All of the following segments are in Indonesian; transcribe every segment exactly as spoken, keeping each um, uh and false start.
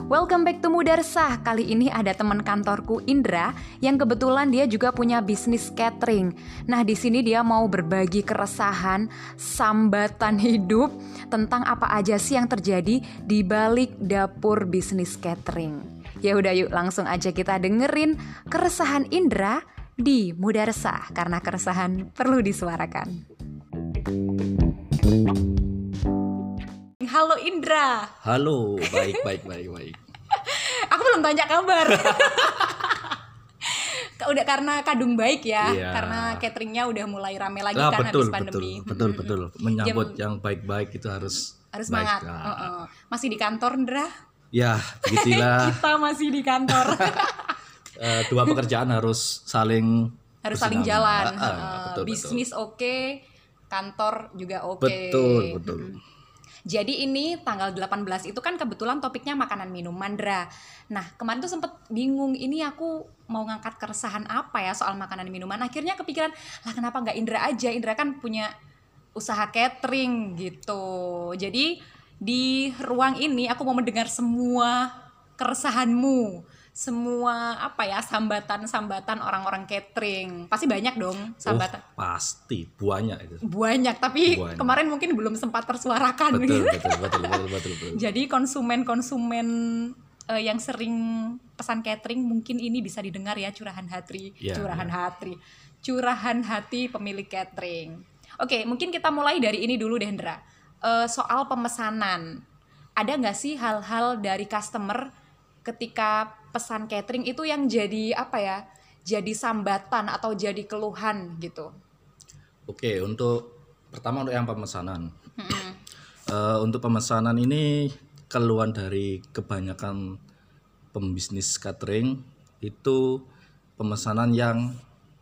Welcome back to Mudarsah. Kali ini ada teman kantorku Indra yang kebetulan dia juga punya bisnis catering. Nah, di sini dia mau berbagi keresahan, sambatan hidup tentang apa aja sih yang terjadi di balik dapur bisnis catering. Ya udah yuk langsung aja kita dengerin keresahan Indra di Mudarsah karena keresahan perlu disuarakan. Halo Indra. Halo, baik, baik, baik, baik. Aku belum tanya kabar. Udah karena kadung baik ya, Iya. Karena cateringnya udah mulai rame lagi Ah, kan betul, habis pandemi. betul, betul, betul. Menyambut Jam- yang baik-baik itu harus Harus baik. semangat. Ah. Heeh. Masih di kantor, Indra? Ya, begitulah. Kita masih di kantor. Eh, dua pekerjaan harus saling Harus saling bersinambung. jalan. Ah, ah, Heeh. betul, Bisnis oke, kantor juga oke. betul, betul. Jadi ini tanggal delapan belas itu kan kebetulan topiknya makanan minum Mandra. Nah kemarin tuh sempet bingung ini aku mau ngangkat keresahan apa ya soal makanan minuman. Akhirnya kepikiran lah kenapa nggak Indra aja, Indra kan punya usaha catering gitu. Jadi di ruang ini aku mau mendengar semua keresahanmu, semua apa ya sambatan-sambatan orang-orang catering. Pasti banyak dong sambatan. Oh, pasti banyak itu. Banyak, tapi Banyak. kemarin mungkin belum sempat tersuarakan. Betul, gitu. betul, betul, betul, betul, betul. Jadi konsumen-konsumen uh, yang sering pesan catering mungkin ini bisa didengar ya curahan hati, Ya, curahan ya. hati, curahan hati pemilik catering. Oke, mungkin kita mulai dari ini dulu deh, Hendra. Uh, soal pemesanan, ada nggak sih hal-hal dari customer ketika pesan catering itu yang jadi apa ya? Jadi sambatan atau jadi keluhan gitu? Oke, untuk pertama untuk yang pemesanan. Eh, untuk pemesanan ini keluhan dari kebanyakan pembisnis catering itu pemesanan yang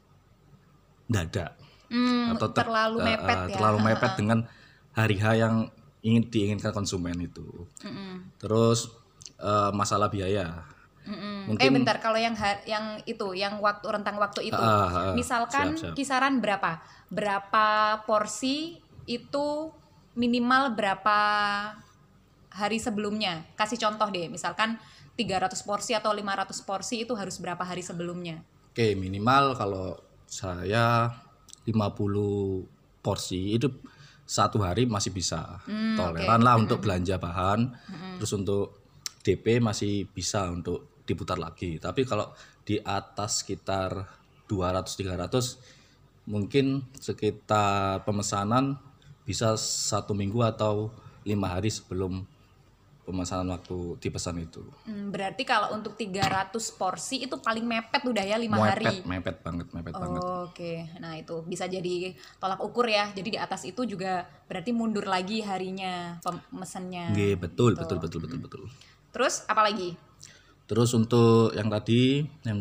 dadak Hmm, atau ter- terlalu eh, mepet eh, ya. terlalu mepet dengan hari H yang ingin diinginkan konsumen itu. Mm-mm. Terus eh, masalah biaya. Mm-mm. Mungkin- Eh bentar, kalau yang ha- yang itu, yang waktu rentang waktu itu, Ah, ah, misalkan siap, siap. kisaran berapa, berapa porsi itu minimal berapa hari sebelumnya? Kasih contoh deh, misalkan tiga ratus porsi atau lima ratus porsi itu harus berapa hari sebelumnya? Oke, minimal kalau saya lima puluh porsi itu satu hari masih bisa Hmm, toleran oke. lah untuk belanja bahan. Terus untuk D P masih bisa untuk diputar lagi. Tapi kalau di atas sekitar dua ratus tiga ratus mungkin sekitar pemesanan bisa satu minggu atau lima hari sebelum pemesanan waktu dipesan itu. Hmm, berarti kalau untuk tiga ratus porsi itu paling mepet udah ya lima hari. Mepet, mepet banget, mepet banget. Oke, nah itu bisa jadi tolak ukur ya. Jadi di atas itu juga berarti mundur lagi harinya pemesannya. Nggih, betul, Gitu. betul, betul, betul, betul. Terus apa lagi? Terus untuk yang tadi yang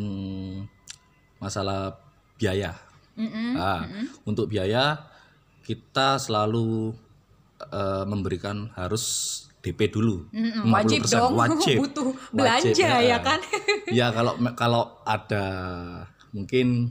masalah biaya. Mm-mm. Nah, untuk biaya kita selalu eh, memberikan harus D P dulu. Mm-mm, wajib lima puluh persen. dong, Wajib. butuh Wajib, belanja ya kan? Ya kalau kalau ada mungkin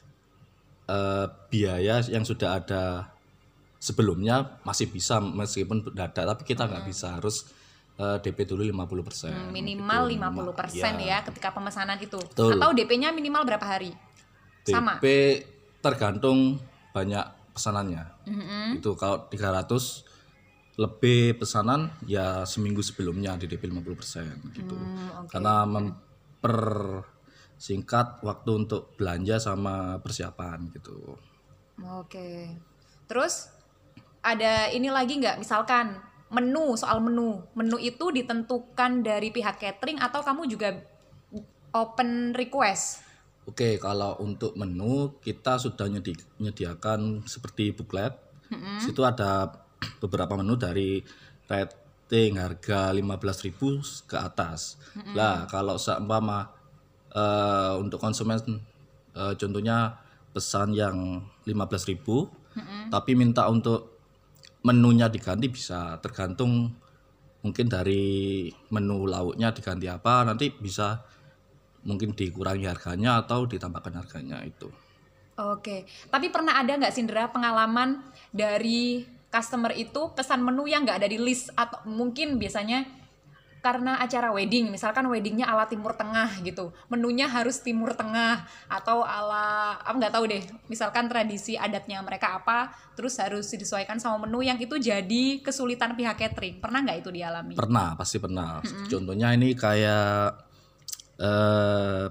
eh, biaya yang sudah ada sebelumnya masih bisa meskipun dadak, tapi kita nggak bisa harus eh, D P dulu lima puluh persen. Hmm, minimal gitu. lima puluh persen Ya. ya ketika pemesanan itu. Betul. Atau D P-nya minimal berapa hari? Sama. D P tergantung banyak pesanannya. Mm-mm. Itu kalau tiga ratus lebih pesanan ya seminggu sebelumnya di D P lima puluh persen gitu. Hmm, oke. Karena mempersingkat waktu untuk belanja sama persiapan gitu. Oke. Terus ada ini lagi nggak? Misalkan menu, soal menu. Menu itu ditentukan dari pihak catering atau kamu juga open request? Oke, kalau untuk menu kita sudah nyedi- menyediakan seperti buklet. Situ ada beberapa menu dari rating harga lima belas ribu ke atas. Lah, kalau seumpama eh, untuk konsumen eh, contohnya pesan yang lima belas ribu tapi minta untuk menunya diganti bisa, tergantung mungkin dari menu lauknya diganti apa, nanti bisa mungkin dikurangi harganya atau ditambahkan harganya itu. Oke, tapi pernah ada nggak Sindra pengalaman dari customer itu pesan menu yang nggak ada di list atau mungkin biasanya karena acara wedding, misalkan weddingnya ala Timur Tengah gitu, menunya harus Timur Tengah atau ala apa nggak tahu deh, misalkan tradisi adatnya mereka apa, terus harus disesuaikan sama menu yang itu jadi kesulitan pihak catering. Pernah nggak itu dialami? Pernah, pasti pernah. Mm-hmm. Contohnya ini kayak eh,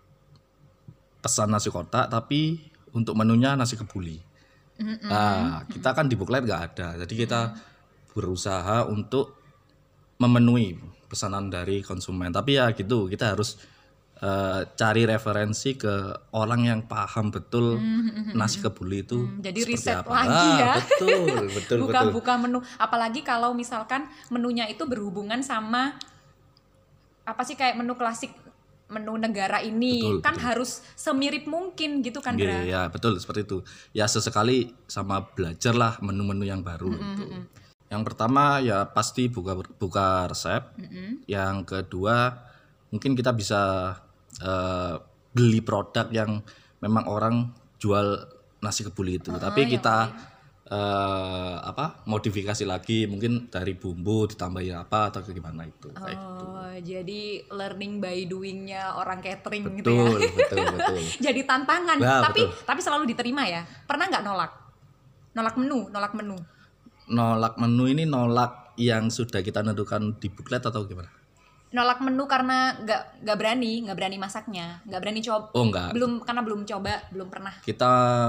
pesan nasi kotak tapi untuk menunya nasi kebuli. Mm-hmm. Nah, kita kan di booklet nggak ada, jadi kita mm-hmm. berusaha untuk memenuhi pesanan dari konsumen. Tapi ya gitu, kita harus uh, cari referensi ke orang yang paham betul mm-hmm. nasi kebuli itu mm, jadi seperti riset apa. lagi ya. Ah, betul, betul, buka-buka betul. menu, apalagi kalau misalkan menunya itu berhubungan sama apa sih, kayak menu klasik, menu negara ini, betul, kan betul. Harus semirip mungkin gitu kan, Dra? Iya, ya, betul, seperti itu. Ya sesekali sama belajar lah menu-menu yang baru mm-hmm. itu. Yang pertama ya pasti buka buka resep. Mm-hmm. Yang kedua mungkin kita bisa uh, beli produk yang memang orang jual nasi kebuli itu, uh, tapi kita uh, apa modifikasi lagi, mungkin dari bumbu ditambahin apa atau gimana itu. Oh, kayak gitu. Jadi learning by doing-nya orang catering betul, gitu ya. Betul, betul, betul. Jadi tantangan, nah, tapi betul. tapi selalu diterima ya. Pernah nggak nolak? Nolak menu, nolak menu. Nolak menu ini nolak yang sudah kita tentukan di booklet atau gimana? Nolak menu karena nggak nggak berani, nggak berani masaknya, nggak berani coba. Oh enggak. Belum, karena belum coba, belum pernah. Kita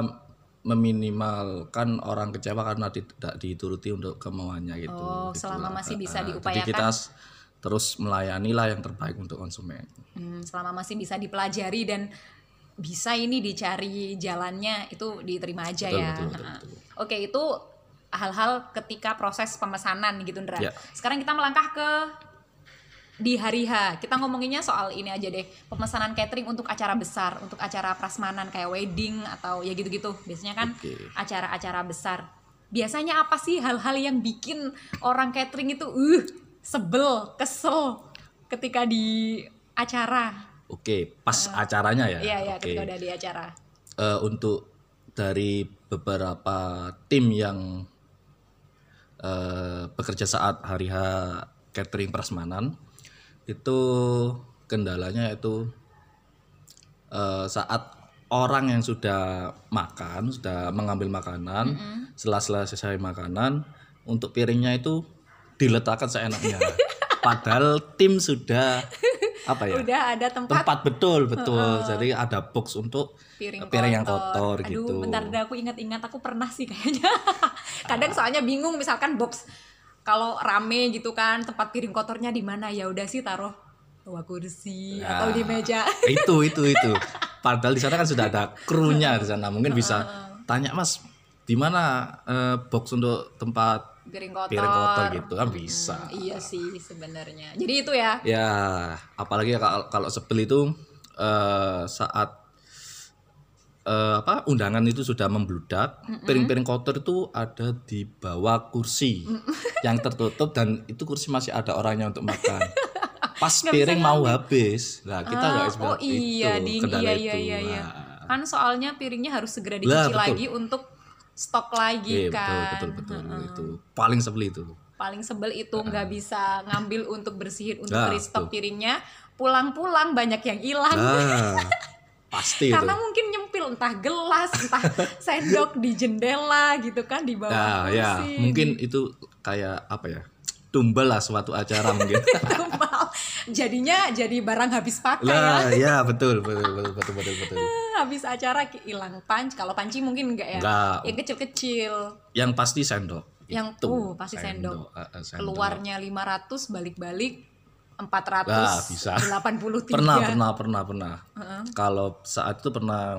meminimalkan orang kecewa karena tidak dituruti untuk kemauannya gitu. Oh, gitu selama lah. masih bisa Jadi diupayakan. kita terus melayani lah yang terbaik untuk konsumen. Hmm, selama masih bisa dipelajari dan bisa ini dicari jalannya, itu diterima aja. Betul, ya. Betul, betul, betul. Oke, itu hal-hal ketika proses pemesanan gitu, Ndra. Ya. Sekarang kita melangkah ke di hari H. Kita ngomonginnya soal ini aja deh, pemesanan catering untuk acara besar, untuk acara prasmanan kayak wedding atau ya gitu-gitu. Biasanya kan okay. acara-acara besar. Biasanya apa sih hal-hal yang bikin orang catering itu uh sebel, kesel ketika di acara? Oke, pas uh, acaranya ya. Iya, iya, okay. ketika udah di acara. Uh, untuk dari beberapa tim yang Uh, bekerja saat hari H catering prasmanan, itu kendalanya itu uh, saat orang yang sudah makan, sudah mengambil makanan, mm-hmm. setelah selesai makanan, untuk piringnya itu diletakkan seenaknya. Padahal tim sudah apa ya? Udah ada tempat. Tempat betul betul. Uh-uh. Jadi ada box untuk piring, piring yang kotor. Aduh, gitu. Bentar deh, aku ingat-ingat, aku pernah sih kayaknya. Kadang soalnya bingung, misalkan box kalau rame gitu kan, tempat piring kotornya di mana, ya udah sih taruh bawah kursi nah, atau di meja. Itu itu itu. Padahal di sana kan sudah ada krunya di sana. Mungkin bisa tanya, Mas, di mana uh, box untuk tempat piring kotor, piring kotor gitu kan bisa. Hmm, iya sih sebenarnya. Jadi itu ya. Ya, apalagi kalau kalau sebel itu uh, saat Uh, apa undangan itu sudah membludak, mm-mm. piring-piring kotor itu ada di bawah kursi mm. yang tertutup, dan itu kursi masih ada orangnya untuk makan. Pas piring mau habis, nah kita nggak ah, oh iya, itu ding, kendala iya, itu. Iya, iya. Kan soalnya piringnya harus segera dicuci lah, lagi untuk stok lagi. Iya, kan. Betul betul betul uh-huh. Itu paling sebel itu. Paling sebel itu nggak uh. bisa ngambil untuk bersihin, untuk nah, restock piringnya, pulang-pulang banyak yang hilang. Nah. Pasti karena itu. Mungkin nyempil entah gelas, entah sendok di jendela gitu kan, di bawah nah, kursi. Ya, mungkin itu kayak apa ya? Tumbal lah suatu acara mungkin. Tumbal. Jadinya jadi barang habis pakai lah, ya. Ya, betul betul betul betul betul betul. Habis acara hilang panci. Kalau panci mungkin enggak ya? Enggak. Yang kecil-kecil. Yang pasti sendok. Yang tuh, uh, pasti sendok. sendok. Uh, sendok. Keluarnya lima ratus, balik-balik empat ratus delapan puluh tiga. Pernah, pernah, pernah, pernah. Uh-huh. Kalau saat itu pernah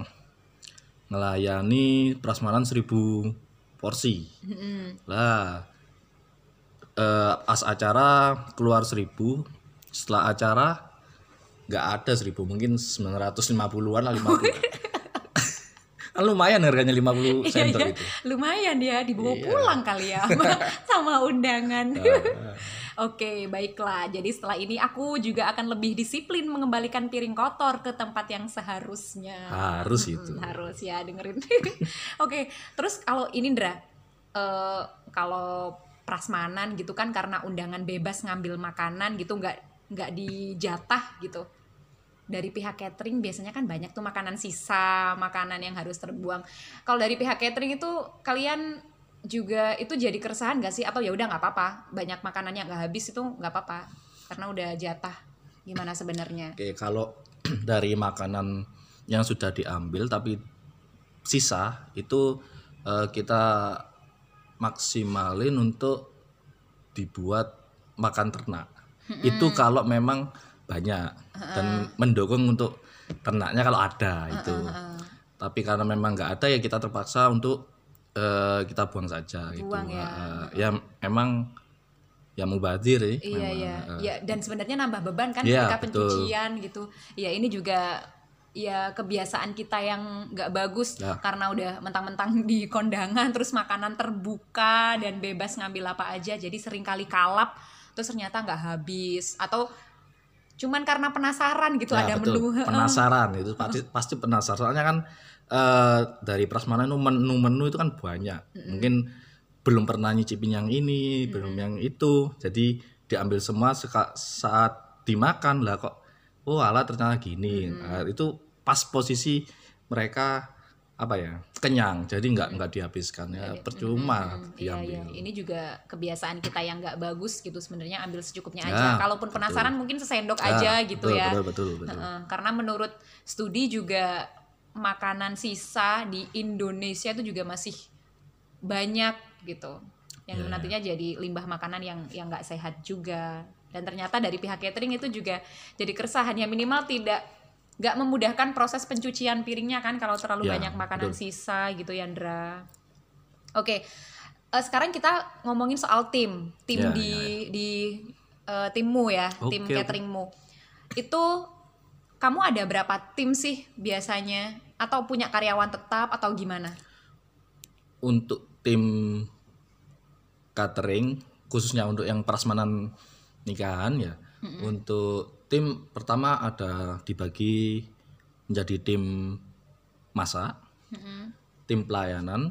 ngelayani prasmanan seribu porsi. Uh-huh. Lah, eh, pas acara keluar seribu, setelah acara nggak ada seribu, mungkin sembilan ratus lima puluhan lah, lima puluh. Kan lumayan harganya lima puluh sendok iya, itu. Lumayan ya, dibawa iya. pulang kali ya sama undangan. Uh. Oke, baiklah. Jadi setelah ini aku juga akan lebih disiplin mengembalikan piring kotor ke tempat yang seharusnya. Harus itu. Hmm, harus ya, dengerin. Oke, terus kalau ini Ndra, uh, kalau prasmanan gitu kan, karena undangan bebas ngambil makanan gitu, nggak nggak dijatah gitu. Dari pihak catering biasanya kan banyak tuh makanan sisa, makanan yang harus terbuang. Kalau dari pihak catering itu kalian juga itu jadi keresahan gak sih? Atau ya udah nggak apa-apa, banyak makanan yang nggak habis itu nggak apa-apa karena udah jatah. Gimana sebenarnya? Oke, kalau dari makanan yang sudah diambil tapi sisa itu eh, kita maksimalin untuk dibuat makan ternak. Mm-hmm. Itu kalau memang banyak uh-uh. dan mendukung untuk ternaknya kalau ada itu. Uh-uh. Tapi karena memang nggak ada ya kita terpaksa untuk uh, kita buang saja buang gitu. Ya. Uh, ya emang ya mubazir ya. Iya memang, iya. Uh, ya dan sebenarnya nambah beban kan ya, ketika betul. pencucian gitu. Ya ini juga ya kebiasaan kita yang nggak bagus ya. Karena udah mentang-mentang di kondangan terus makanan terbuka dan bebas ngambil apa aja, jadi sering kali kalap terus ternyata nggak habis atau cuman karena penasaran gitu ya, ada betul. menu penasaran itu pasti pasti penasaran soalnya kan uh, dari prasmanan itu menu-menu itu kan banyak. Mm-hmm. Mungkin belum pernah nyicipin yang ini, mm-hmm. belum yang itu, jadi diambil semua seka, saat dimakan lah kok oh ala ternyata gini. Mm-hmm. Nah, itu pas posisi mereka apa ya kenyang, jadi nggak nggak dihabiskan ya, percuma hmm, diambil. Iya, iya. Ini juga kebiasaan kita yang nggak bagus gitu sebenarnya, ambil secukupnya ya, aja. Kalaupun penasaran betul. Mungkin sesendok ya, aja gitu betul, ya. Betul, betul, betul. Uh, karena menurut studi juga makanan sisa di Indonesia itu juga masih banyak gitu, yang yeah. nantinya jadi limbah makanan yang yang nggak sehat juga. Dan ternyata dari pihak catering itu juga jadi keresahan ya, minimal tidak nggak memudahkan proses pencucian piringnya kan kalau terlalu ya, banyak makanan betul. Sisa gitu Yandra. Oke, uh, sekarang kita ngomongin soal tim, tim ya, di ya, ya. di uh, timmu ya, okay, tim cateringmu. Okay. Itu kamu ada berapa tim sih biasanya? Atau punya karyawan tetap atau gimana? Untuk tim catering khususnya untuk yang prasmanan nikahan ya, mm-hmm. untuk tim pertama ada dibagi menjadi tim masak, mm-hmm. tim pelayanan,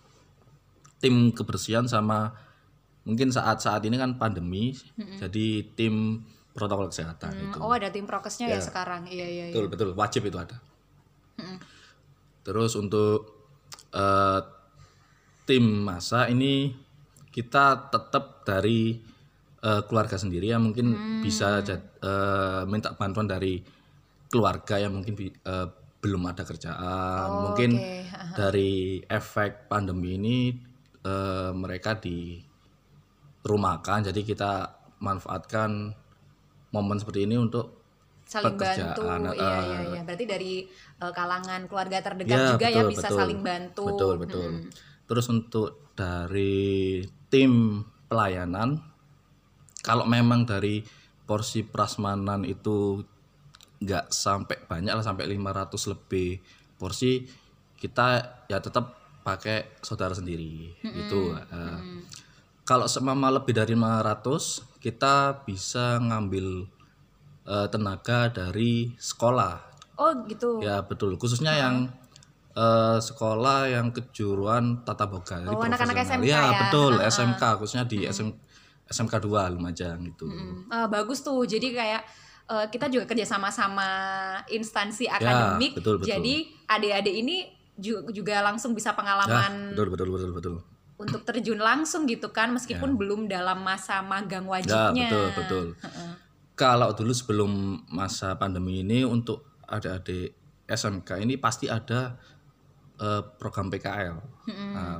tim kebersihan, sama mungkin saat-saat ini kan pandemi, mm-hmm. jadi tim protokol kesehatan. Mm, itu. Oh ada tim prokesnya ya, ya sekarang, iya iya. Betul iya. betul wajib itu ada. Mm-hmm. Terus untuk uh, tim masak ini kita tetap dari Uh, keluarga sendiri ya, mungkin hmm. bisa uh, minta bantuan dari keluarga yang mungkin uh, belum ada kerjaan, oh, mungkin okay. dari efek pandemi ini uh, mereka dirumahkan, jadi kita manfaatkan momen seperti ini untuk saling bantu. Uh, iya iya iya. Berarti dari uh, kalangan keluarga terdekat ya, juga betul, ya bisa betul. saling bantu. Betul betul. Hmm. Terus untuk dari tim pelayanan, kalau memang dari porsi prasmanan itu nggak sampai banyak lah, sampai lima ratus lebih porsi, kita ya tetap pakai saudara sendiri. Mm-hmm. Gitu. Uh, mm-hmm. Kalau semama lebih dari lima ratus, kita bisa ngambil uh, tenaga dari sekolah. Oh gitu. Ya betul, khususnya uh-huh. yang uh, sekolah yang kejuruan tata boga. Oh anak-anak S M K ya? Ya betul, uh-huh. S M K khususnya di uh-huh. S M K dua Lumajang gitu. Mm-hmm. Uh, bagus tuh. Jadi kayak uh, kita juga kerja sama-sama instansi akademik. Ya, betul, betul. Jadi adik-adik ini ju- juga langsung bisa pengalaman. Ya, betul betul betul betul. Untuk terjun langsung gitu kan, meskipun ya. belum dalam masa magang wajibnya. Ya, betul betul. Uh-uh. Kalau dulu sebelum masa pandemi ini untuk adik-adik S M K ini pasti ada uh, program P K L. Mm-hmm. Nah,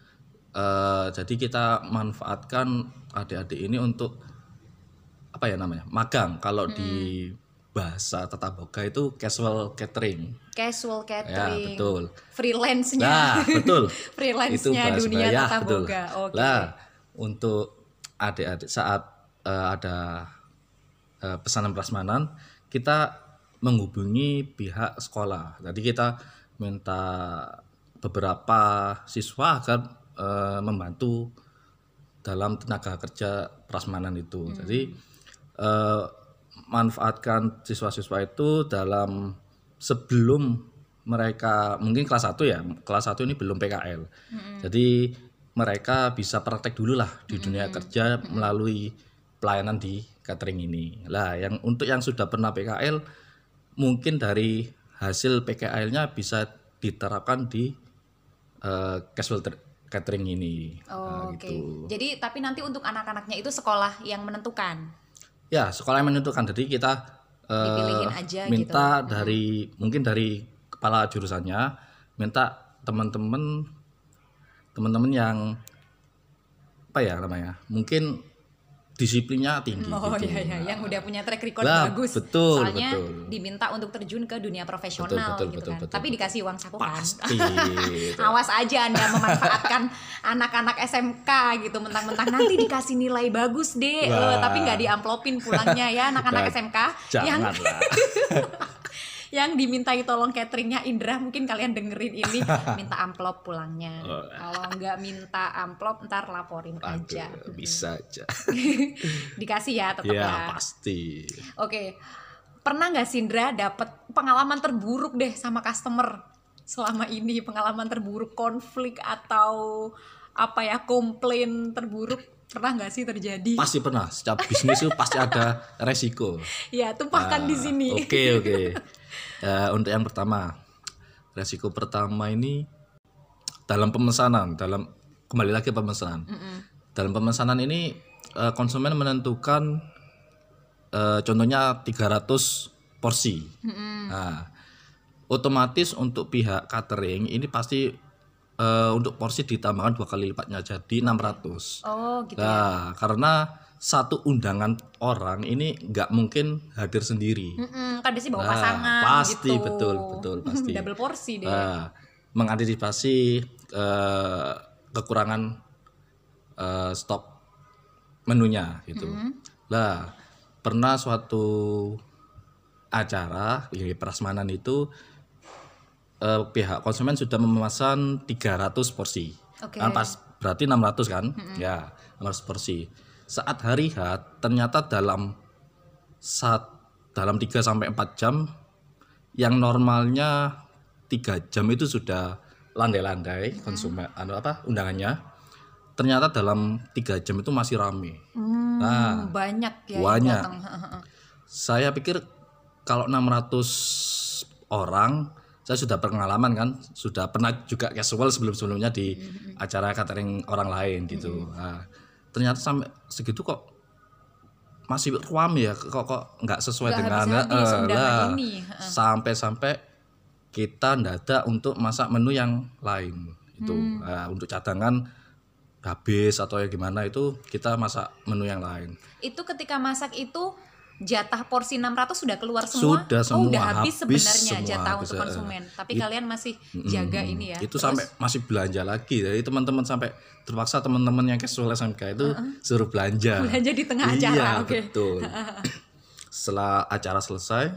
uh, jadi kita manfaatkan adik-adik ini untuk apa ya namanya magang. Kalau hmm. di bahasa tata boga itu casual catering. Casual catering. Ya betul. Freelance-nya. Nah betul. Freelance-nya dunia ya, tata betul. boga. Oke. Okay. Lah untuk adik-adik saat uh, ada uh, pesanan prasmanan, kita menghubungi pihak sekolah. Jadi kita minta beberapa siswa agar uh, membantu dalam tenaga kerja prasmanan itu. Hmm. Jadi eh, manfaatkan siswa-siswa itu dalam sebelum mereka mungkin kelas satu ya. Kelas satu ini belum P K L. Hmm. Jadi mereka bisa praktek dulu lah di dunia Mm-mm. kerja Mm-mm. melalui pelayanan di catering ini. Lah, yang untuk yang sudah pernah P K L, mungkin dari hasil P K L-nya bisa diterapkan di eh, casual ter- catering ini. Oh, Nah, oke. gitu. Jadi tapi nanti untuk anak-anaknya itu sekolah yang menentukan. Ya, sekolah yang menentukan. Jadi kita eh, Dipilihin aja minta gitu. dari mungkin dari kepala jurusannya minta teman-teman teman-teman yang apa ya namanya? Mungkin disiplinnya tinggi Oh gitu. iya, iya, yang udah punya track record Lah, bagus. betul, Soalnya betul. diminta untuk terjun ke dunia profesional Betul, betul, gitu betul, kan. betul, Tapi betul. dikasih uang saku kan. Pasti. Awas aja Anda memanfaatkan anak-anak S M K gitu mentang-mentang nanti dikasih nilai bagus deh, eh, Wah. tapi nggak diamplopin pulangnya ya anak-anak Nah, S M K yang Janganlah. yang dimintai tolong cateringnya Indra, mungkin kalian dengerin ini minta amplop pulangnya. Kalau nggak minta amplop ntar laporin aja. Aduh, bisa aja. Dikasih ya tetap Ya, ya. pasti. Oke, pernah nggak Sindra dapet pengalaman terburuk deh sama customer selama ini? Pengalaman terburuk, konflik atau apa ya, komplain terburuk, pernah nggak sih terjadi? Pasti pernah. Setiap bisnis itu pasti ada resiko. Ya, tumpahkan di Ah, sini. Oke, oke. Ya, untuk yang pertama, resiko pertama ini dalam pemesanan, dalam kembali lagi pemesanan. Mm-mm. Dalam pemesanan ini eh, konsumen menentukan eh, contohnya tiga ratus porsi. Mm-mm. Nah, otomatis untuk pihak catering ini pasti eh, untuk porsi ditambahkan dua kali lipatnya jadi enam ratus. Oh gitu ya. Nah, karena satu undangan orang ini nggak mungkin hadir sendiri. Mm-mm, kan biasanya bawa Nah, pasangan pasti, gitu. betul, betul, pasti. Double porsi deh. Nah, mengantisipasi eh, kekurangan eh, stok menunya gitu. Lah, pernah suatu acara di prasmanan itu eh, pihak konsumen sudah memesan tiga ratus porsi. Oke. Kan pas berarti enam ratus kan? Ya, enam ratus porsi. Saat hari H ternyata dalam saat dalam tiga sampai empat jam yang normalnya tiga jam itu sudah landai-landai konsumen anu apa undangannya. Ternyata dalam tiga jam itu masih rame. Hmm, Nah, banyak ya yang banyak. datang. Saya pikir kalau enam ratus orang, saya sudah berpengalaman kan, sudah pernah juga casual sebelum-sebelumnya di acara catering orang lain gitu. Nah, ternyata sampai segitu kok masih ruam ya, kok kok nggak sesuai Nggak dengan habis-habis eh, undangan lah. ini. Sampai-sampai kita ndadak untuk masak menu yang lain itu. Nah, untuk cadangan habis atau ya gimana itu kita masak menu yang lain. Itu ketika masak itu jatah porsi enam ratus sudah keluar semua? Sudah Oh, semua, udah habis, habis sebenarnya semua, jatah habis, untuk eh. konsumen. Tapi It- kalian masih jaga Mm, ini ya. Itu Terus, sampai masih belanja lagi. Jadi teman-teman sampai terpaksa teman-teman yang casual S M K itu suruh belanja. belanja di tengah acara. Iya, Oke. betul. Setelah acara selesai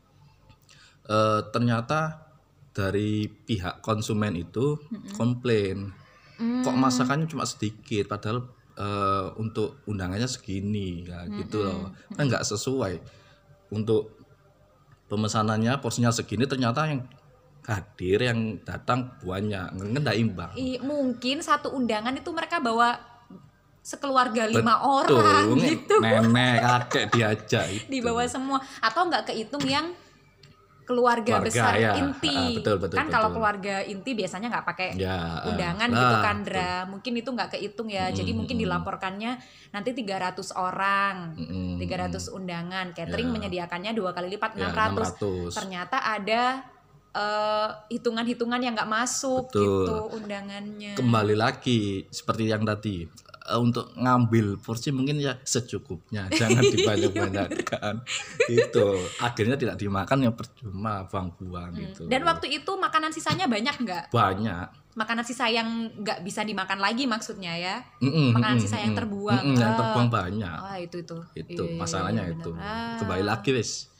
eh, ternyata dari pihak konsumen itu komplain. Kok masakannya cuma sedikit padahal eh, untuk undangannya segini ya gitu loh. Kan nggak sesuai. Untuk pemesanannya porsinya segini ternyata yang hadir yang datang banyak nggak imbang. I- mungkin satu undangan itu mereka bawa sekeluarga lima Betul, orang gitu. nenek kakek diajak itu. Dibawa semua. Atau nggak kehitung yang keluarga, Keluarga, besar ya. inti. Ah, betul, betul, kan kalau betul. keluarga inti biasanya nggak pakai Ya, ah, undangan lah, gitu kan, betul. Dra. Mungkin itu nggak kehitung ya. Jadi Mm, mungkin mm. dilaporkannya nanti tiga ratus orang, Mm-mm. tiga ratus undangan. Catering Ya. menyediakannya dua kali lipat Ya, enam ratus. enam ratus. Ternyata ada eh, hitungan-hitungan yang nggak masuk Betul. gitu undangannya. Kembali lagi seperti yang tadi eh, untuk ngambil porsi mungkin ya secukupnya, jangan dibanyak-banyakkan. Itu akhirnya tidak dimakan ya percuma buang-buang gitu. Dan waktu itu makanan sisanya banyak nggak? banyak. Makanan sisa yang nggak bisa dimakan lagi maksudnya ya? Mm-mm, Makanan mm-mm, sisa yang mm-mm. terbuang. Mm-mm, yang Ah. terbuang banyak. Ah itu itu. Itu Iya, iya, masalahnya iya, itu. benar. Ah. Kembali lagi wis.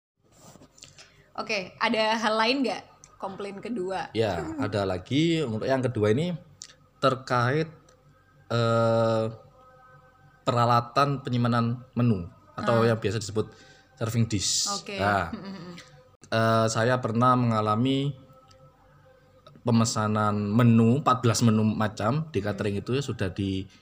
Oke, ada hal lain nggak? Komplain kedua. Ya, ada lagi untuk yang kedua ini terkait eh, peralatan penyimpanan menu atau yang biasa disebut serving dish. Oke. Nah, eh, saya pernah mengalami pemesanan menu empat belas menu macam di catering itu ya sudah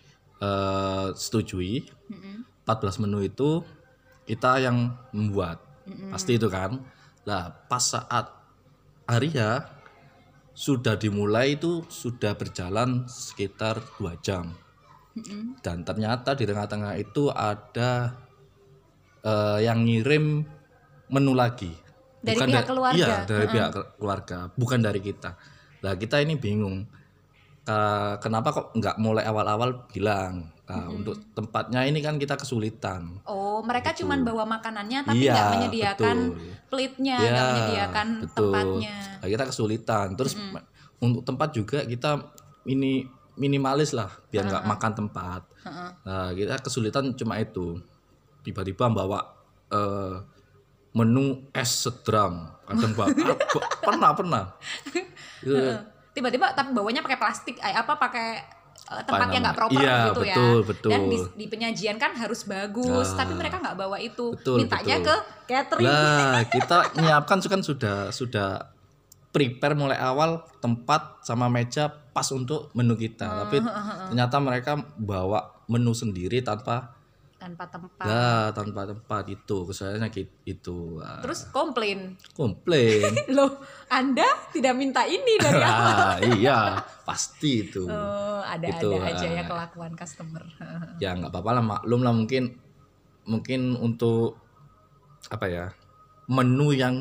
disetujui. Mm-hmm. empat belas menu itu kita yang membuat. Mm-hmm. Pasti itu kan. Lah pas saat hari ya sudah dimulai itu sudah berjalan sekitar dua jam. Mm-hmm. Dan ternyata di tengah-tengah itu ada uh, yang ngirim menu lagi. Dari bukan pihak da- keluarga. Iya, dari uh-uh. pihak keluarga, bukan dari kita. Nah, kita ini bingung. Kenapa kok nggak mulai awal-awal bilang? Nah, mm-hmm. untuk tempatnya ini kan kita kesulitan. Oh, mereka gitu. Cuman bawa makanannya tapi nggak iya, menyediakan plate-nya, nggak ya, menyediakan betul. tempatnya. Nah, kita kesulitan. Terus mm-hmm. untuk tempat juga kita ini minimalis lah, biar nggak uh-huh. makan tempat. Uh-huh. Nah, kita kesulitan cuma itu. Tiba-tiba bawa uh, menu es sedram, kadang banget. pernah pernah. Uh-huh. Tiba-tiba tapi bawanya pakai plastik, eh, apa pakai uh, tempat yang nggak proper iya, gitu betul, ya. Betul. Dan di, di penyajian kan harus bagus, nah, tapi mereka nggak bawa itu, betul, mintanya betul. ke catering. Nah, kita nyiapkan kan sudah sudah prepare mulai awal tempat sama meja pas untuk menu kita, uh, tapi uh, uh, uh. ternyata mereka bawa menu sendiri tanpa tanpa tempat. Nah, tanpa tempat itu, kesannya gitu. Nah. Terus komplain. Komplain. Loh, Anda tidak minta ini dari awal. Iya, pasti itu. Oh, ada-ada gitu, aja ya kelakuan customer. Ya nggak apa-apa lah, maklum lah, mungkin mungkin untuk apa ya, menu yang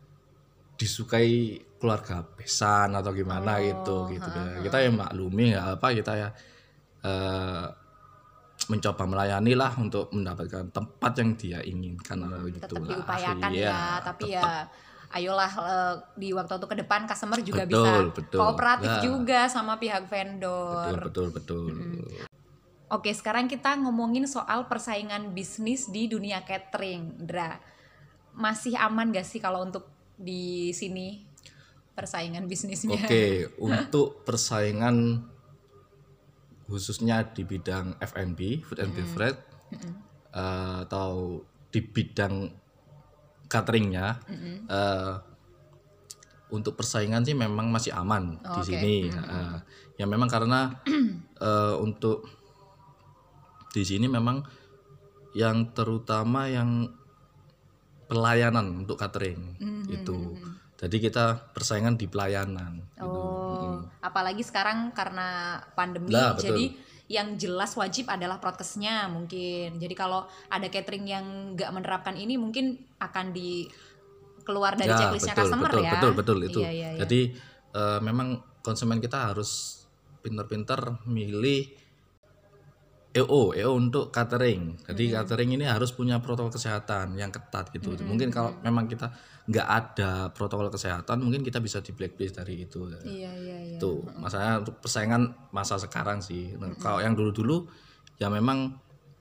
disukai keluarga besan atau gimana oh, gitu gitu ya. Kita ya maklumi nggak apa, kita ya uh, mencoba melayani lah untuk mendapatkan tempat yang dia inginkan. Hmm, gitu tetap lah. diupayakan ya, ya tapi tetap. Ya ayolah uh, di waktu-waktu ke depan customer juga betul, bisa betul. kooperatif nah. juga sama pihak vendor. Betul betul betul. Hmm. Oke, sekarang kita ngomongin soal persaingan bisnis di dunia catering, Dra. Masih aman gak sih kalau untuk di sini persaingan bisnisnya? Oke, untuk persaingan khususnya di bidang F and B, food and beverage, mm-hmm. uh, atau di bidang cateringnya, mm-hmm. uh, untuk persaingan sih memang masih aman oh, di okay. sini. Mm-hmm. Uh, ya memang karena uh, untuk di sini memang yang terutama yang pelayanan untuk catering mm-hmm. itu. Jadi kita persaingan di pelayanan. Oh, gitu. Apalagi sekarang karena pandemi, nah, jadi yang jelas wajib adalah prokesnya mungkin. Jadi kalau ada catering yang nggak menerapkan ini, mungkin akan di keluar dari ya, checklistnya betul, customer betul, ya. Betul betul itu. Iya, iya, iya. Jadi uh, memang konsumen kita harus pintar-pintar milih E O, E O untuk catering. Jadi hmm. catering ini harus punya protokol kesehatan yang ketat gitu. Hmm. Mungkin kalau memang kita nggak ada protokol kesehatan, mungkin kita bisa di blacklist dari itu. Iya iya iya. Tuh, masalahnya untuk persaingan masa sekarang sih. Nah, hmm. kalau yang dulu-dulu ya memang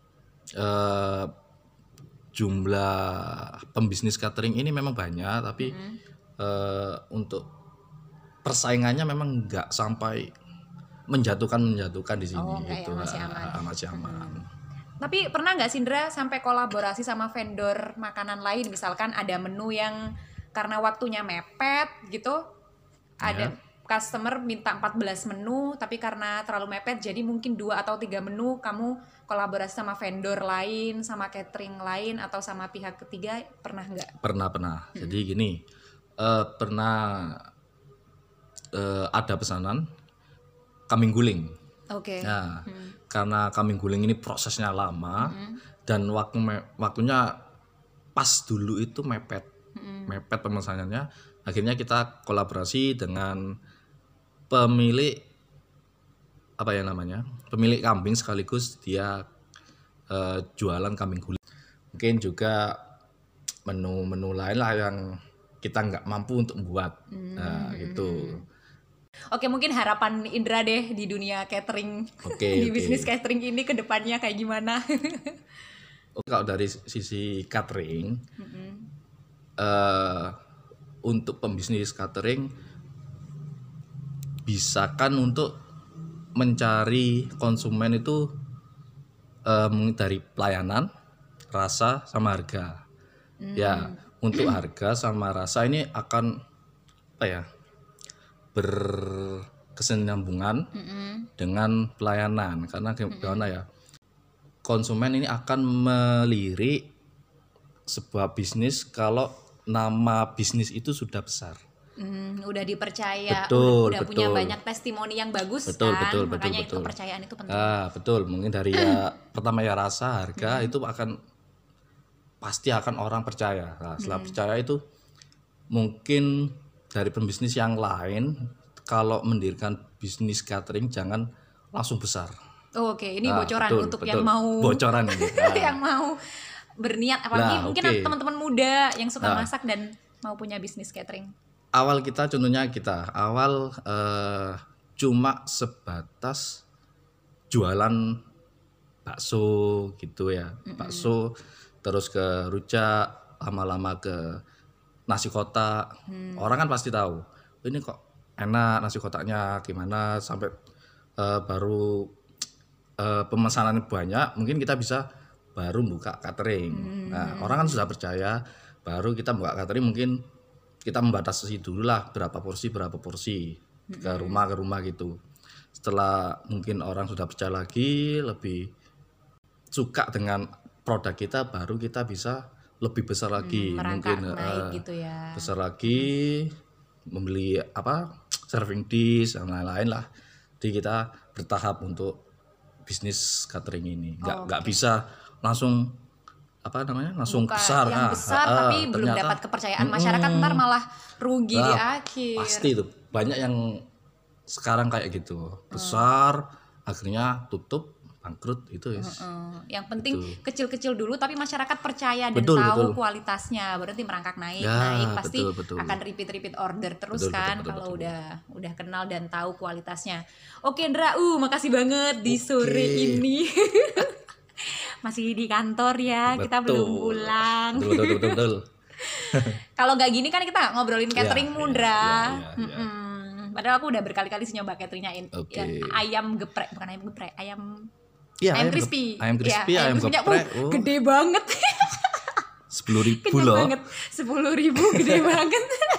eh, jumlah pembisnis catering ini memang banyak, tapi hmm. eh, untuk persaingannya memang nggak sampai menjatuhkan menjatuhkan di sini. Oh, okay, gitu. Masih aman. Ah, masih aman. Hmm. Tapi pernah nggak Sindra sampai kolaborasi sama vendor makanan lain, misalkan ada menu yang karena waktunya mepet gitu, ada yeah. customer minta empat belas menu tapi karena terlalu mepet jadi mungkin dua atau tiga menu kamu kolaborasi sama vendor lain, sama catering lain atau sama pihak ketiga, pernah nggak? Pernah pernah. Hmm. Jadi gini, uh, pernah uh, ada pesanan kambing guling. Oke. Okay. Nah, hmm. karena kambing guling ini prosesnya lama hmm. dan waktu me- waktunya pas dulu itu mepet, hmm. mepet pemesanannya. Akhirnya kita kolaborasi dengan pemilik apa ya namanya, pemilik kambing sekaligus dia uh, jualan kambing guling. Mungkin juga menu-menu lain lah yang kita nggak mampu untuk buat, hmm. nah gitu. Oke, mungkin harapan Indra deh di dunia catering, okay, di okay. bisnis catering ini ke depannya kayak gimana? Kalau dari sisi catering, mm-hmm. uh, untuk pembisnis catering, bisakan untuk mencari konsumen itu uh, dari pelayanan, rasa, sama harga. Mm. Ya, untuk harga sama rasa ini akan apa ya? berkesinambungan Mm-mm. dengan pelayanan, karena gimana ya, konsumen ini akan melirik sebuah bisnis kalau nama bisnis itu sudah besar. Hmm, udah dipercaya, Betul, udah, udah punya betul. banyak testimoni yang bagus Betul, kan, betul, betul, makanya betul. kepercayaan itu penting. Ah, betul. Mungkin dari ya pertama ya rasa, harga Hmm. itu akan pasti akan orang percaya. Nah, setelah Hmm. percaya itu mungkin dari pembisnis yang lain kalau mendirikan bisnis catering jangan langsung besar. Oh, Oke, ini Ah, bocoran betul, untuk betul. yang mau Bocoran ini. Ah. yang mau berniat, apalagi Nah, mungkin oke. teman-teman muda yang suka Nah. masak dan mau punya bisnis catering. Awal kita contohnya kita awal eh, cuma sebatas jualan bakso gitu ya, bakso terus ke rujak, lama-lama ke nasi kotak. Orang kan pasti tahu ini kok enak nasi kotaknya gimana, sampai eh, baru eh, pemesanannya banyak, mungkin kita bisa baru buka catering. Nah, orang kan sudah percaya, baru kita buka catering, mungkin kita membatasi dulu lah berapa porsi berapa porsi ke rumah ke rumah gitu. Setelah mungkin orang sudah percaya lagi, lebih suka dengan produk kita, baru kita bisa lebih besar lagi, Merangkak mungkin naik eh, gitu ya. besar lagi, membeli apa serving dish dan lain-lain lah. Jadi kita bertahap untuk bisnis catering ini, nggak Oh, nggak bisa langsung apa namanya langsung Buka besar, yang nah, besar ah, tapi belum ternyata- dapat kepercayaan masyarakat, ntar malah rugi di Nah, akhir. pasti itu banyak yang sekarang kayak gitu, besar akhirnya tutup bangkrut itu ya. Hmm, yang penting kecil-kecil dulu tapi masyarakat percaya dan Betul, tahu betul. kualitasnya, berarti merangkak naik Ya, naik pasti betul, betul. akan repeat repeat order terus Betul, betul, kan betul, kalau betul. udah udah kenal dan tahu kualitasnya. Oke Ndra, uh makasih banget di sore ini. Masih di kantor ya, kita Betul. belum pulang. Betul betul betul. betul. Kalau nggak gini kan kita ngobrolin catering Ya, Mundra. ya, ya, ya, ya. Mm-mm. Padahal aku udah berkali-kali sih nyoba cateringnya in, Oke. yang ayam geprek, bukan ayam geprek, ayam Iya, ayam gep- crispy. ayam crispy, Ya, ayam crispy-nya, geprek. uh, Oh, gede banget. sepuluh ribu Kenyang loh. banget. sepuluh ribu gede banget.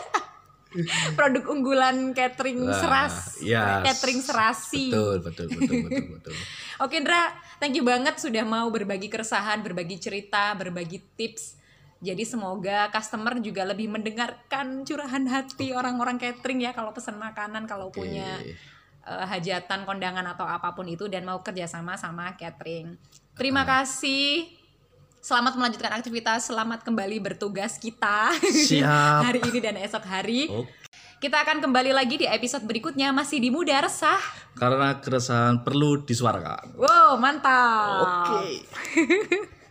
Produk unggulan catering Wah, seras. yes. Catering serasi. Betul betul betul betul betul. Oke Ndra, thank you banget sudah mau berbagi keresahan, berbagi cerita, berbagi tips. Jadi semoga customer juga lebih mendengarkan curahan hati orang-orang catering ya kalau pesan makanan, kalau Oke. punya uh, hajatan, kondangan atau apapun itu dan mau kerjasama sama catering. Terima kasih. Selamat melanjutkan aktivitas, selamat kembali bertugas kita Siap. hari ini dan esok hari. Oke. Kita akan kembali lagi di episode berikutnya masih di Muda Resah. Karena keresahan perlu disuarakan. Wow, mantap. Oke.